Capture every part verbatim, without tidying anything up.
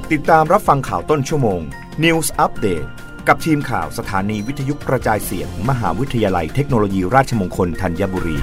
ติดตามรับฟังข่าวต้นชั่วโมง News Update กับทีมข่าวสถานีวิทยุกระจายเสียง มหาวิทยาลัยเทคโนโลยีราชมงคลธัญบุรี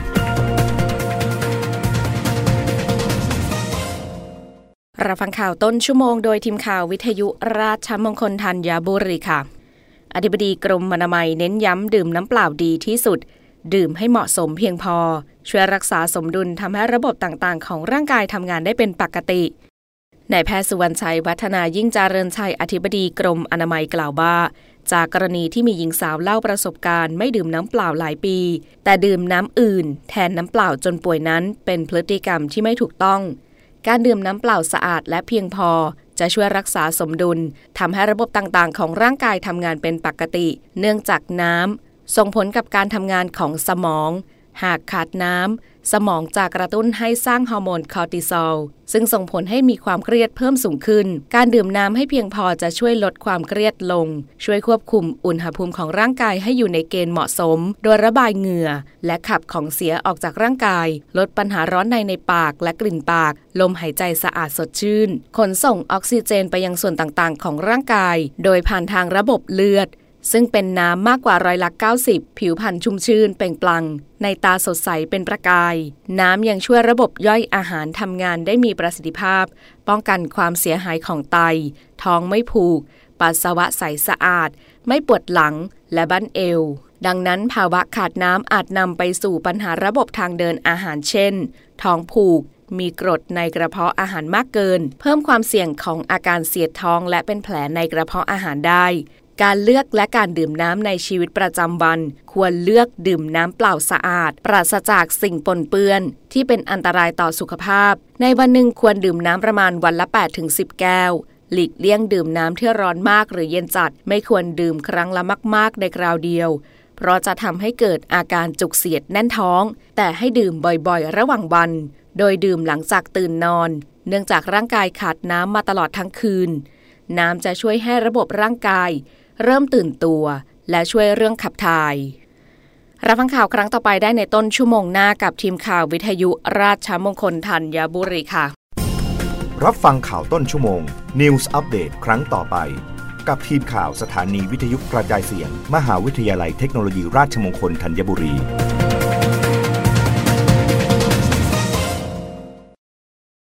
รับฟังข่าวต้นชั่วโมงโดยทีมข่าววิทยุราชมงคลธัญบุรีค่ะอธิบดีกรมอนามัยเน้นย้ำดื่มน้ำเปล่าดีที่สุดดื่มให้เหมาะสมเพียงพอช่วยรักษาสมดุลทำให้ระบบต่างๆของร่างกายทำงานได้เป็นปกตินายแพทย์สุวรรณชัยวัฒนายิ่งเจริญชัยอธิบดีกรมอนามัยกล่าวว่าจากกรณีที่มีหญิงสาวเล่าประสบการณ์ไม่ดื่มน้ำเปล่าหลายปีแต่ดื่มน้ำอื่นแทนน้ำเปล่าจนป่วยนั้นเป็นพฤติกรรมที่ไม่ถูกต้องการดื่มน้ำเปล่าสะอาดและเพียงพอจะช่วยรักษาสมดุลทำให้ระบบต่างๆของร่างกายทำงานเป็นปกติเนื่องจากน้ำส่งผลกับการทำงานของสมองหากขาดน้ำสมองจะกระตุ้นให้สร้างฮอร์โมนคอร์ติซอลซึ่งส่งผลให้มีความเครียดเพิ่มสูงขึ้นการดื่มน้ำให้เพียงพอจะช่วยลดความเครียดลงช่วยควบคุมอุณหภูมิของร่างกายให้อยู่ในเกณฑ์เหมาะสมโดยระบายเหงื่อและขับของเสียออกจากร่างกายลดปัญหาร้อนในในปากและกลิ่นปากลมหายใจสะอาดสดชื่นขนส่งออกซิเจนไปยังส่วนต่างๆของร่างกายโดยผ่านทางระบบเลือดซึ่งเป็นน้ำมากกว่าร้อยละเก้าสิบผิวพรรณชุ่มชื่นเปล่งปลั่งในตาสดใสเป็นประกายน้ำยังช่วยระบบย่อยอาหารทำงานได้มีประสิทธิภาพป้องกันความเสียหายของไตท้องไม่ผูกปัสสาวะใสสะอาดไม่ปวดหลังและบั้นเอวดังนั้นภาวะขาดน้ำอาจนำไปสู่ปัญหาระบบทางเดินอาหารเช่นท้องผูกมีกรดในกระเพาะอาหารมากเกินเพิ่มความเสี่ยงของอาการเสียดท้องและเป็นแผลในกระเพาะอาหารได้การเลือกและการดื่มน้ำในชีวิตประจำวันควรเลือกดื่มน้ำเปล่าสะอาดปราศจากสิ่งปนเปื้อนที่เป็นอันตรายต่อสุขภาพในวันหนึ่งควรดื่มน้ำประมาณวันละ แปดถึงสิบ แก้วหลีกเลี่ยงดื่มน้ำที่ร้อนมากหรือเย็นจัดไม่ควรดื่มครั้งละมากๆในคราวเดียวเพราะจะทำให้เกิดอาการจุกเสียดแน่นท้องแต่ให้ดื่มบ่อยๆระหว่างวันโดยดื่มหลังจากตื่นนอนเนื่องจากร่างกายขาดน้ำมาตลอดทั้งคืนน้ำจะช่วยให้ระบบร่างกายเริ่มตื่นตัวและช่วยเรื่องขับถ่ายรับฟังข่าวครั้งต่อไปได้ในต้นชั่วโมงหน้ากับทีมข่าววิทยุราชมงคลธัญบุรีค่ะรับฟังข่าวต้นชั่วโมง News Update ครั้งต่อไปกับทีมข่าวสถานีวิทยุกระจายเสียง มหาวิทยาลัยเทคโนโลยีราชมงคลธัญบุรี